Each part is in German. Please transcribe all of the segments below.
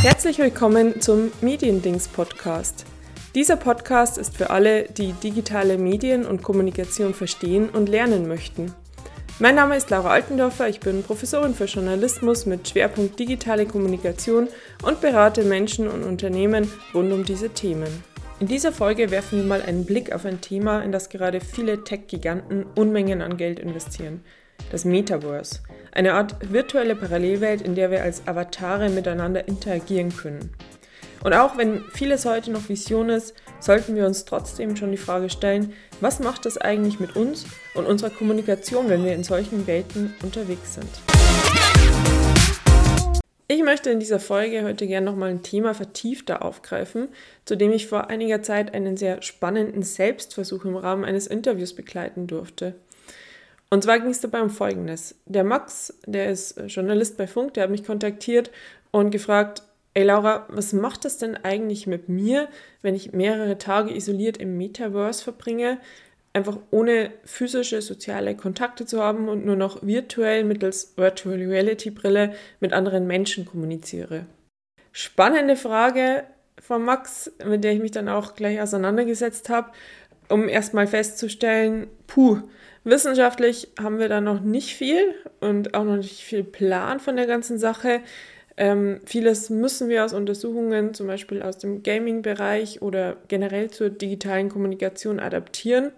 Herzlich willkommen zum Mediendings-Podcast. Dieser Podcast ist für alle, die digitale Medien und Kommunikation verstehen und lernen möchten. Mein Name ist Laura Altendorfer, ich bin Professorin für Journalismus mit Schwerpunkt digitale Kommunikation und berate Menschen und Unternehmen rund um diese Themen. In dieser Folge werfen wir mal einen Blick auf ein Thema, in das gerade viele Tech-Giganten Unmengen an Geld investieren. Das Metaverse, eine Art virtuelle Parallelwelt, in der wir als Avatare miteinander interagieren können. Und auch wenn vieles heute noch Vision ist, sollten wir uns trotzdem schon die Frage stellen, was macht das eigentlich mit uns und unserer Kommunikation, wenn wir in solchen Welten unterwegs sind? Ich möchte in dieser Folge heute gerne nochmal ein Thema vertiefter aufgreifen, zu dem ich vor einiger Zeit einen sehr spannenden Selbstversuch im Rahmen eines Interviews begleiten durfte. Und zwar ging es dabei um Folgendes. Der Max, der ist Journalist bei Funk, der hat mich kontaktiert und gefragt, ey Laura, was macht das denn eigentlich mit mir, wenn ich mehrere Tage isoliert im Metaverse verbringe, einfach ohne physische, soziale Kontakte zu haben und nur noch virtuell mittels Virtual Reality Brille mit anderen Menschen kommuniziere? Spannende Frage von Max, mit der ich mich dann auch gleich auseinandergesetzt habe, um erstmal festzustellen, wissenschaftlich haben wir da noch nicht viel und auch noch nicht viel Plan von der ganzen Sache. Vieles müssen wir aus Untersuchungen, zum Beispiel aus dem Gaming-Bereich oder generell zur digitalen Kommunikation adaptieren.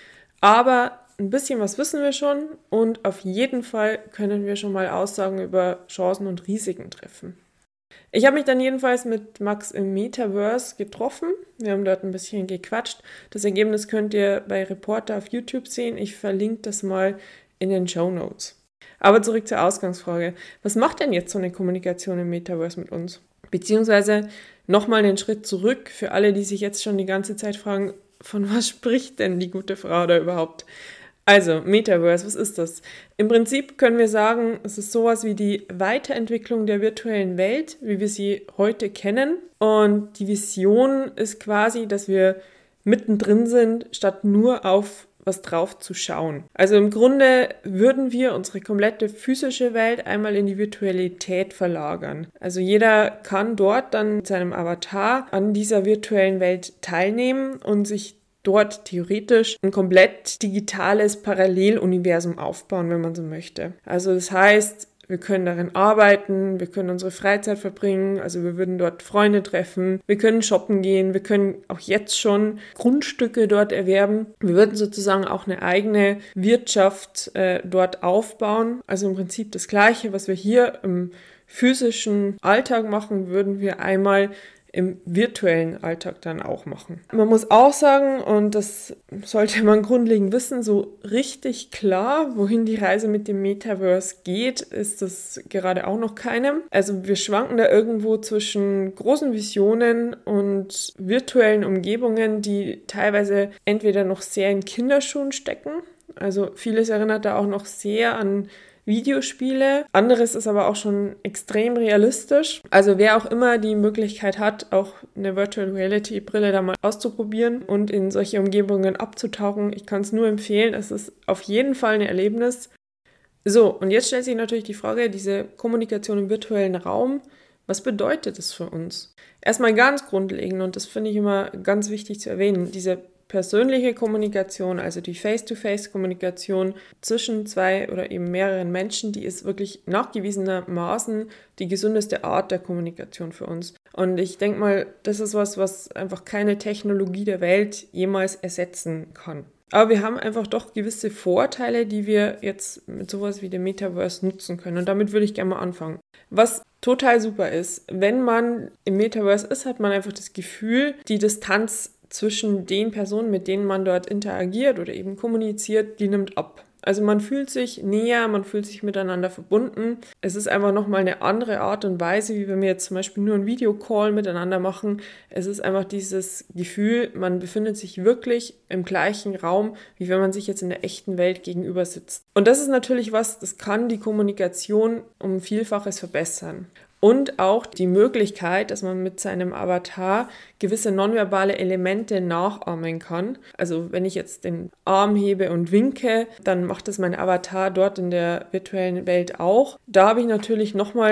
Aber ein bisschen was wissen wir schon und auf jeden Fall können wir schon mal Aussagen über Chancen und Risiken treffen. Ich habe mich dann jedenfalls mit Max im Metaverse getroffen. Wir haben dort ein bisschen gequatscht. Das Ergebnis könnt ihr bei Reporter auf YouTube sehen. Ich verlinke das mal in den Shownotes. Aber zurück zur Ausgangsfrage. Was macht denn jetzt so eine Kommunikation im Metaverse mit uns? Beziehungsweise nochmal einen Schritt zurück für alle, die sich jetzt schon die ganze Zeit fragen, von was spricht denn die gute Frau da überhaupt? Also, Metaverse, was ist das? Im Prinzip können wir sagen, es ist sowas wie die Weiterentwicklung der virtuellen Welt, wie wir sie heute kennen. Und die Vision ist quasi, dass wir mittendrin sind, statt nur auf was drauf zu schauen. Also im Grunde würden wir unsere komplette physische Welt einmal in die Virtualität verlagern. Also jeder kann dort dann mit seinem Avatar an dieser virtuellen Welt teilnehmen und sich dort theoretisch ein komplett digitales Paralleluniversum aufbauen, wenn man so möchte. Also das heißt, wir können darin arbeiten, wir können unsere Freizeit verbringen, also wir würden dort Freunde treffen, wir können shoppen gehen, wir können auch jetzt schon Grundstücke dort erwerben. Wir würden sozusagen auch eine eigene Wirtschaft dort aufbauen. Also im Prinzip das Gleiche, was wir hier im physischen Alltag machen, würden wir einmal im virtuellen Alltag dann auch machen. Man muss auch sagen, und das sollte man grundlegend wissen, so richtig klar, wohin die Reise mit dem Metaverse geht, ist das gerade auch noch keinem. Also wir schwanken da irgendwo zwischen großen Visionen und virtuellen Umgebungen, die teilweise entweder noch sehr in Kinderschuhen stecken. Also vieles erinnert da auch noch sehr an Videospiele. Anderes ist aber auch schon extrem realistisch. Also wer auch immer die Möglichkeit hat, auch eine Virtual Reality Brille da mal auszuprobieren und in solche Umgebungen abzutauchen, ich kann es nur empfehlen. Es ist auf jeden Fall ein Erlebnis. So, und jetzt stellt sich natürlich die Frage, diese Kommunikation im virtuellen Raum, was bedeutet das für uns? Erstmal ganz grundlegend, und das finde ich immer ganz wichtig zu erwähnen, diese persönliche Kommunikation, also die Face-to-Face-Kommunikation zwischen zwei oder eben mehreren Menschen, die ist wirklich nachgewiesenermaßen die gesündeste Art der Kommunikation für uns. Und ich denke mal, das ist was einfach keine Technologie der Welt jemals ersetzen kann. Aber wir haben einfach doch gewisse Vorteile, die wir jetzt mit sowas wie dem Metaverse nutzen können. Und damit würde ich gerne mal anfangen. Was total super ist, wenn man im Metaverse ist, hat man einfach das Gefühl, die Distanz zwischen den Personen, mit denen man dort interagiert oder eben kommuniziert, die nimmt ab. Also man fühlt sich näher, man fühlt sich miteinander verbunden. Es ist einfach nochmal eine andere Art und Weise, wie wenn wir jetzt zum Beispiel nur einen Videocall miteinander machen. Es ist einfach dieses Gefühl, man befindet sich wirklich im gleichen Raum, wie wenn man sich jetzt in der echten Welt gegenüber sitzt. Und das ist natürlich was, das kann die Kommunikation um Vielfaches verbessern. Und auch die Möglichkeit, dass man mit seinem Avatar gewisse nonverbale Elemente nachahmen kann. Also wenn ich jetzt den Arm hebe und winke, dann macht das mein Avatar dort in der virtuellen Welt auch. Da habe ich natürlich nochmal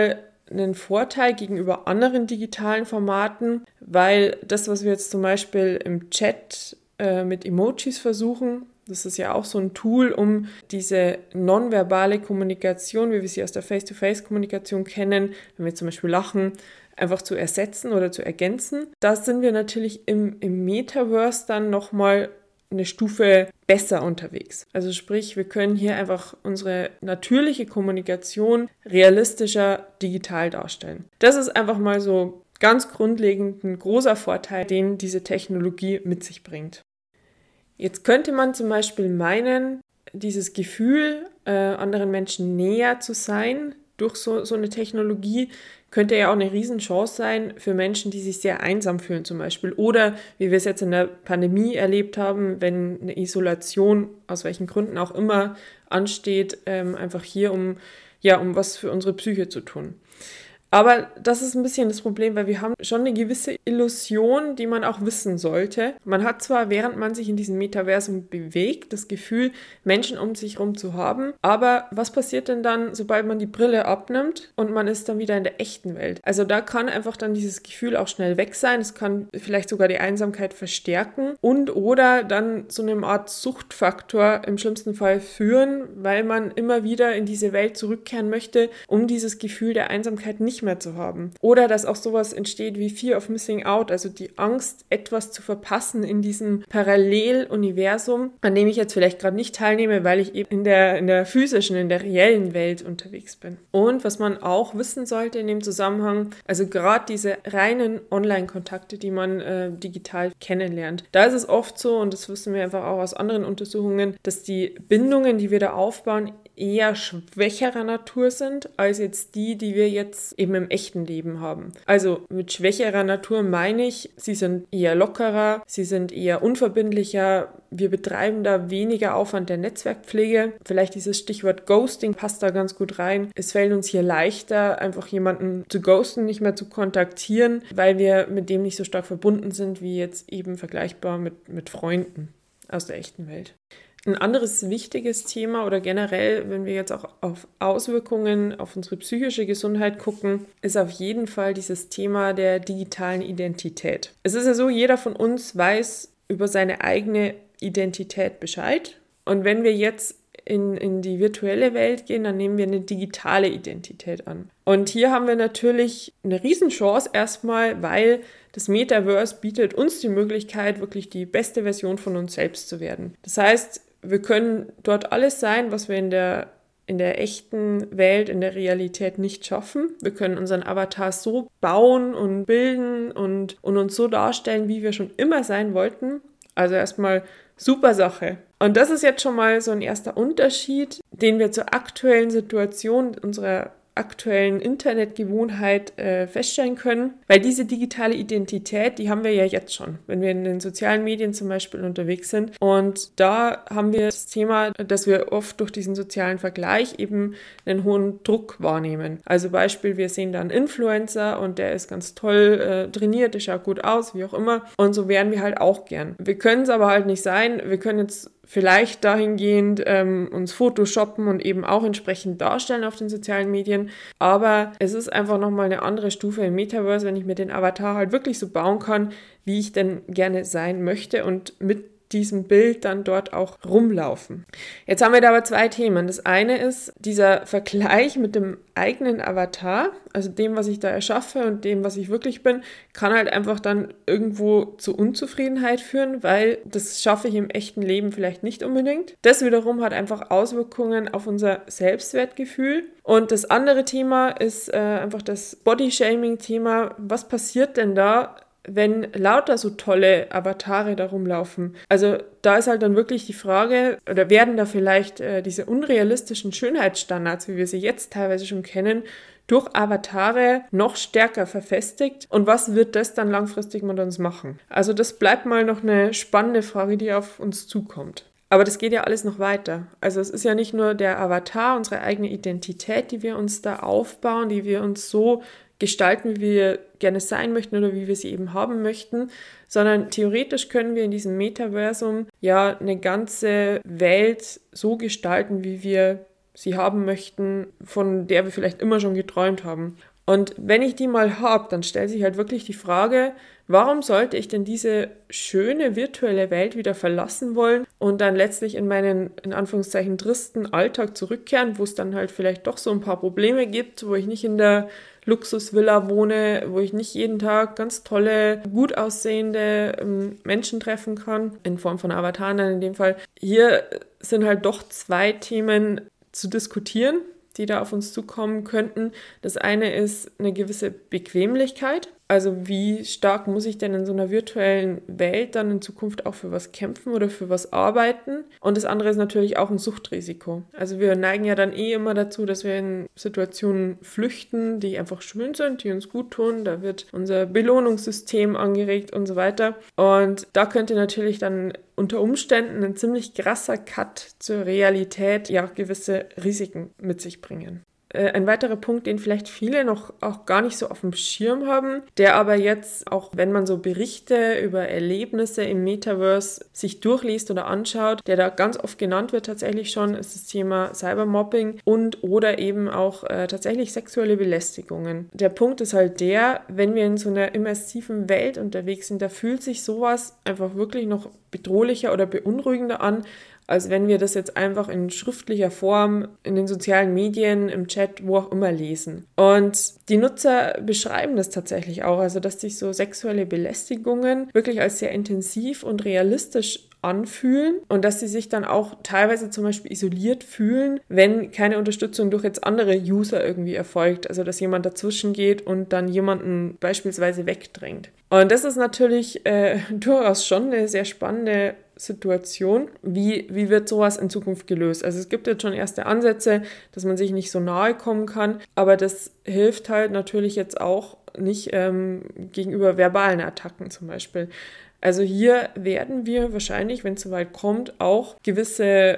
einen Vorteil gegenüber anderen digitalen Formaten, weil das, was wir jetzt zum Beispiel im Chat mit Emojis versuchen, das ist ja auch so ein Tool, um diese nonverbale Kommunikation, wie wir sie aus der Face-to-Face-Kommunikation kennen, wenn wir zum Beispiel lachen, einfach zu ersetzen oder zu ergänzen. Da sind wir natürlich im Metaverse dann nochmal eine Stufe besser unterwegs. Also sprich, wir können hier einfach unsere natürliche Kommunikation realistischer digital darstellen. Das ist einfach mal so ganz grundlegend ein großer Vorteil, den diese Technologie mit sich bringt. Jetzt könnte man zum Beispiel meinen, dieses Gefühl, anderen Menschen näher zu sein durch so eine Technologie, könnte ja auch eine Riesenchance sein für Menschen, die sich sehr einsam fühlen zum Beispiel. Oder wie wir es jetzt in der Pandemie erlebt haben, wenn eine Isolation, aus welchen Gründen auch immer, ansteht, einfach hier um was für unsere Psyche zu tun. Aber das ist ein bisschen das Problem, weil wir haben schon eine gewisse Illusion, die man auch wissen sollte. Man hat zwar, während man sich in diesem Metaversum bewegt, das Gefühl, Menschen um sich herum zu haben, aber was passiert denn dann, sobald man die Brille abnimmt und man ist dann wieder in der echten Welt? Also da kann einfach dann dieses Gefühl auch schnell weg sein. Es kann vielleicht sogar die Einsamkeit verstärken und oder dann so eine Art Suchtfaktor im schlimmsten Fall führen, weil man immer wieder in diese Welt zurückkehren möchte, um dieses Gefühl der Einsamkeit nicht mehr zu haben. Oder dass auch sowas entsteht wie Fear of Missing Out, also die Angst, etwas zu verpassen in diesem Paralleluniversum, an dem ich jetzt vielleicht gerade nicht teilnehme, weil ich eben in der physischen, in der reellen Welt unterwegs bin. Und was man auch wissen sollte in dem Zusammenhang, also gerade diese reinen Online-Kontakte, die man digital kennenlernt, da ist es oft so, und das wissen wir einfach auch aus anderen Untersuchungen, dass die Bindungen, die wir da aufbauen, eher schwächerer Natur sind, als jetzt die wir jetzt eben im echten Leben haben. Also mit schwächerer Natur meine ich, sie sind eher lockerer, sie sind eher unverbindlicher, wir betreiben da weniger Aufwand der Netzwerkpflege. Vielleicht dieses Stichwort Ghosting passt da ganz gut rein. Es fällt uns hier leichter, einfach jemanden zu ghosten, nicht mehr zu kontaktieren, weil wir mit dem nicht so stark verbunden sind, wie jetzt eben vergleichbar mit Freunden aus der echten Welt. Ein anderes wichtiges Thema oder generell, wenn wir jetzt auch auf Auswirkungen auf unsere psychische Gesundheit gucken, ist auf jeden Fall dieses Thema der digitalen Identität. Es ist ja so, jeder von uns weiß über seine eigene Identität Bescheid. Und wenn wir jetzt in die virtuelle Welt gehen, dann nehmen wir eine digitale Identität an. Und hier haben wir natürlich eine Riesenchance erstmal, weil das Metaverse bietet uns die Möglichkeit, wirklich die beste Version von uns selbst zu werden. Das heißt, wir können dort alles sein, was wir in der echten Welt, in der Realität nicht schaffen. Wir können unseren Avatar so bauen und bilden und uns so darstellen, wie wir schon immer sein wollten. Also erstmal super Sache. Und das ist jetzt schon mal so ein erster Unterschied, den wir zur aktuellen Situation unserer aktuellen Internetgewohnheit feststellen können, weil diese digitale Identität, die haben wir ja jetzt schon, wenn wir in den sozialen Medien zum Beispiel unterwegs sind. Und da haben wir das Thema, dass wir oft durch diesen sozialen Vergleich eben einen hohen Druck wahrnehmen. Also Beispiel, wir sehen da einen Influencer und der ist ganz toll trainiert, der schaut gut aus, wie auch immer. Und so wären wir halt auch gern. Wir können es aber halt nicht sein. Wir können jetzt vielleicht dahingehend uns photoshoppen und eben auch entsprechend darstellen auf den sozialen Medien. Aber es ist einfach nochmal eine andere Stufe im Metaverse, wenn ich mir den Avatar halt wirklich so bauen kann, wie ich denn gerne sein möchte und mit diesem Bild dann dort auch rumlaufen. Jetzt haben wir da aber zwei Themen. Das eine ist dieser Vergleich mit dem eigenen Avatar, also dem, was ich da erschaffe und dem, was ich wirklich bin, kann halt einfach dann irgendwo zu Unzufriedenheit führen, weil das schaffe ich im echten Leben vielleicht nicht unbedingt. Das wiederum hat einfach Auswirkungen auf unser Selbstwertgefühl. Und das andere Thema ist einfach das Body-Shaming-Thema. Was passiert denn da, wenn lauter so tolle Avatare da rumlaufen? Also da ist halt dann wirklich die Frage, oder werden da vielleicht diese unrealistischen Schönheitsstandards, wie wir sie jetzt teilweise schon kennen, durch Avatare noch stärker verfestigt? Und was wird das dann langfristig mit uns machen? Also das bleibt mal noch eine spannende Frage, die auf uns zukommt. Aber das geht ja alles noch weiter. Also es ist ja nicht nur der Avatar, unsere eigene Identität, die wir uns da aufbauen, die wir uns so gestalten, wie wir gerne sein möchten oder wie wir sie eben haben möchten, sondern theoretisch können wir in diesem Metaversum ja eine ganze Welt so gestalten, wie wir sie haben möchten, von der wir vielleicht immer schon geträumt haben. Und wenn ich die mal habe, dann stellt sich halt wirklich die Frage, warum sollte ich denn diese schöne virtuelle Welt wieder verlassen wollen und dann letztlich in meinen, in Anführungszeichen, tristen Alltag zurückkehren, wo es dann halt vielleicht doch so ein paar Probleme gibt, wo ich nicht in der Luxusvilla wohne, wo ich nicht jeden Tag ganz tolle, gut aussehende Menschen treffen kann, in Form von Avataren in dem Fall. Hier sind halt doch zwei Themen zu diskutieren, die da auf uns zukommen könnten. Das eine ist eine gewisse Bequemlichkeit. Also wie stark muss ich denn in so einer virtuellen Welt dann in Zukunft auch für was kämpfen oder für was arbeiten? Und das andere ist natürlich auch ein Suchtrisiko. Also wir neigen ja dann immer dazu, dass wir in Situationen flüchten, die einfach schön sind, die uns gut tun. Da wird unser Belohnungssystem angeregt und so weiter. Und da könnte natürlich dann unter Umständen ein ziemlich krasser Cut zur Realität ja gewisse Risiken mit sich bringen. Ein weiterer Punkt, den vielleicht viele noch auch gar nicht so auf dem Schirm haben, der aber jetzt, auch wenn man so Berichte über Erlebnisse im Metaverse sich durchliest oder anschaut, der da ganz oft genannt wird tatsächlich schon, ist das Thema Cybermobbing und oder eben auch tatsächlich sexuelle Belästigungen. Der Punkt ist halt der, wenn wir in so einer immersiven Welt unterwegs sind, da fühlt sich sowas einfach wirklich noch bedrohlicher oder beunruhigender an, als wenn wir das jetzt einfach in schriftlicher Form in den sozialen Medien, im Chat, wo auch immer lesen. Und die Nutzer beschreiben das tatsächlich auch, also dass sich so sexuelle Belästigungen wirklich als sehr intensiv und realistisch anfühlen und dass sie sich dann auch teilweise zum Beispiel isoliert fühlen, wenn keine Unterstützung durch jetzt andere User irgendwie erfolgt, also dass jemand dazwischen geht und dann jemanden beispielsweise wegdrängt. Und das ist natürlich durchaus schon eine sehr spannende Situation. Wie wird sowas in Zukunft gelöst? Also es gibt jetzt schon erste Ansätze, dass man sich nicht so nahe kommen kann, aber das hilft halt natürlich jetzt auch nicht gegenüber verbalen Attacken zum Beispiel. Also hier werden wir wahrscheinlich, wenn es soweit kommt, auch gewisse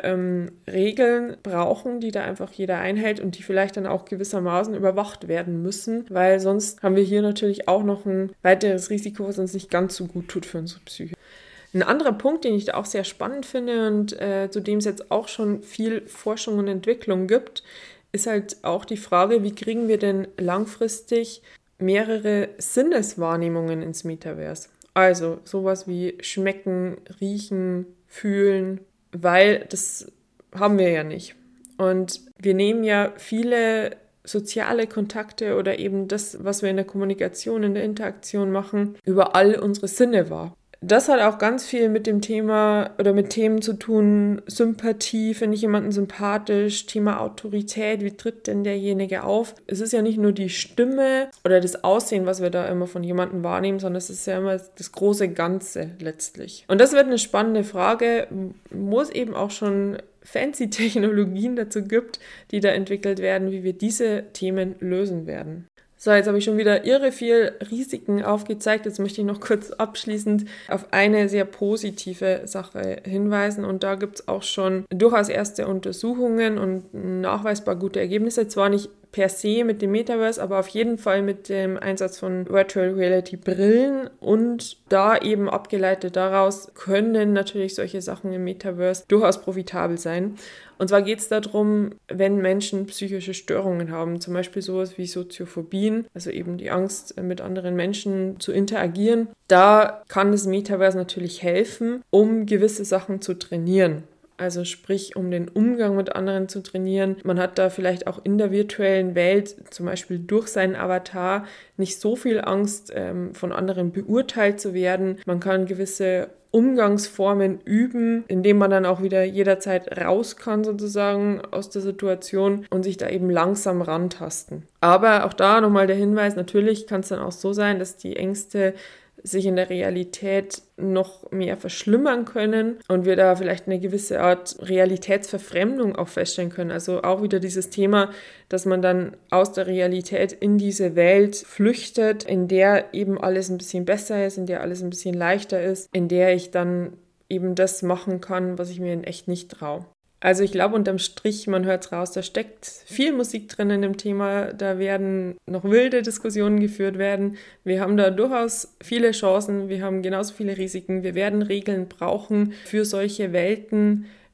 Regeln brauchen, die da einfach jeder einhält und die vielleicht dann auch gewissermaßen überwacht werden müssen, weil sonst haben wir hier natürlich auch noch ein weiteres Risiko, was uns nicht ganz so gut tut für unsere Psyche. Ein anderer Punkt, den ich da auch sehr spannend finde und zu dem es jetzt auch schon viel Forschung und Entwicklung gibt, ist halt auch die Frage, wie kriegen wir denn langfristig mehrere Sinneswahrnehmungen ins Metaverse? Also sowas wie schmecken, riechen, fühlen, weil das haben wir ja nicht. Und wir nehmen ja viele soziale Kontakte oder eben das, was wir in der Kommunikation, in der Interaktion machen, über all unsere Sinne wahr. Das hat auch ganz viel mit dem Thema oder mit Themen zu tun, Sympathie, finde ich jemanden sympathisch, Thema Autorität, wie tritt denn derjenige auf? Es ist ja nicht nur die Stimme oder das Aussehen, was wir da immer von jemandem wahrnehmen, sondern es ist ja immer das große Ganze letztlich. Und das wird eine spannende Frage, wo es eben auch schon fancy Technologien dazu gibt, die da entwickelt werden, wie wir diese Themen lösen werden. So, jetzt habe ich schon wieder irre viel Risiken aufgezeigt. Jetzt möchte ich noch kurz abschließend auf eine sehr positive Sache hinweisen. Und da gibt es auch schon durchaus erste Untersuchungen und nachweisbar gute Ergebnisse. Zwar nicht per se mit dem Metaverse, aber auf jeden Fall mit dem Einsatz von Virtual Reality Brillen und da eben abgeleitet daraus können natürlich solche Sachen im Metaverse durchaus profitabel sein. Und zwar geht es darum, wenn Menschen psychische Störungen haben, zum Beispiel sowas wie Soziophobien, also eben die Angst, mit anderen Menschen zu interagieren. Da kann das Metaverse natürlich helfen, um gewisse Sachen zu trainieren. Also sprich, um den Umgang mit anderen zu trainieren. Man hat da vielleicht auch in der virtuellen Welt, zum Beispiel durch seinen Avatar, nicht so viel Angst, von anderen beurteilt zu werden. Man kann gewisse Umgangsformen üben, indem man dann auch wieder jederzeit raus kann sozusagen aus der Situation und sich da eben langsam rantasten. Aber auch da nochmal der Hinweis, natürlich kann es dann auch so sein, dass die Ängste sich in der Realität noch mehr verschlimmern können und wir da vielleicht eine gewisse Art Realitätsverfremdung auch feststellen können. Also auch wieder dieses Thema, dass man dann aus der Realität in diese Welt flüchtet, in der eben alles ein bisschen besser ist, in der alles ein bisschen leichter ist, in der ich dann eben das machen kann, was ich mir in echt nicht traue. Also ich glaube, unterm Strich, man hört es raus, da steckt viel Musik drin in dem Thema, da werden noch wilde Diskussionen geführt werden. Wir haben da durchaus viele Chancen, wir haben genauso viele Risiken, wir werden Regeln brauchen für solche Welten,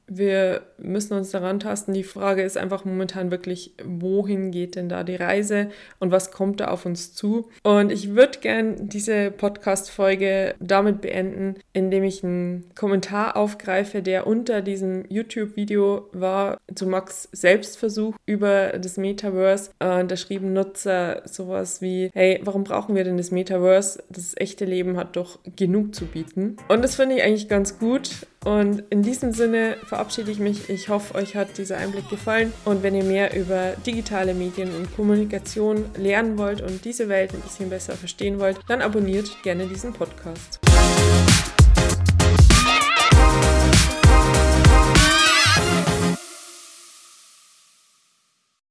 wir müssen uns daran tasten. Die Frage ist einfach momentan wirklich, wohin geht denn da die Reise und was kommt da auf uns zu? Und ich würde gern diese Podcast-Folge damit beenden, indem ich einen Kommentar aufgreife, der unter diesem YouTube-Video war zu Max Selbstversuch über das Metaverse. Da schrieben Nutzer sowas wie, hey, warum brauchen wir denn das Metaverse? Das echte Leben hat doch genug zu bieten. Und das finde ich eigentlich ganz gut. Und in diesem Sinne verabschiede ich mich. Ich hoffe, euch hat dieser Einblick gefallen. Und wenn ihr mehr über digitale Medien und Kommunikation lernen wollt und diese Welt ein bisschen besser verstehen wollt, dann abonniert gerne diesen Podcast.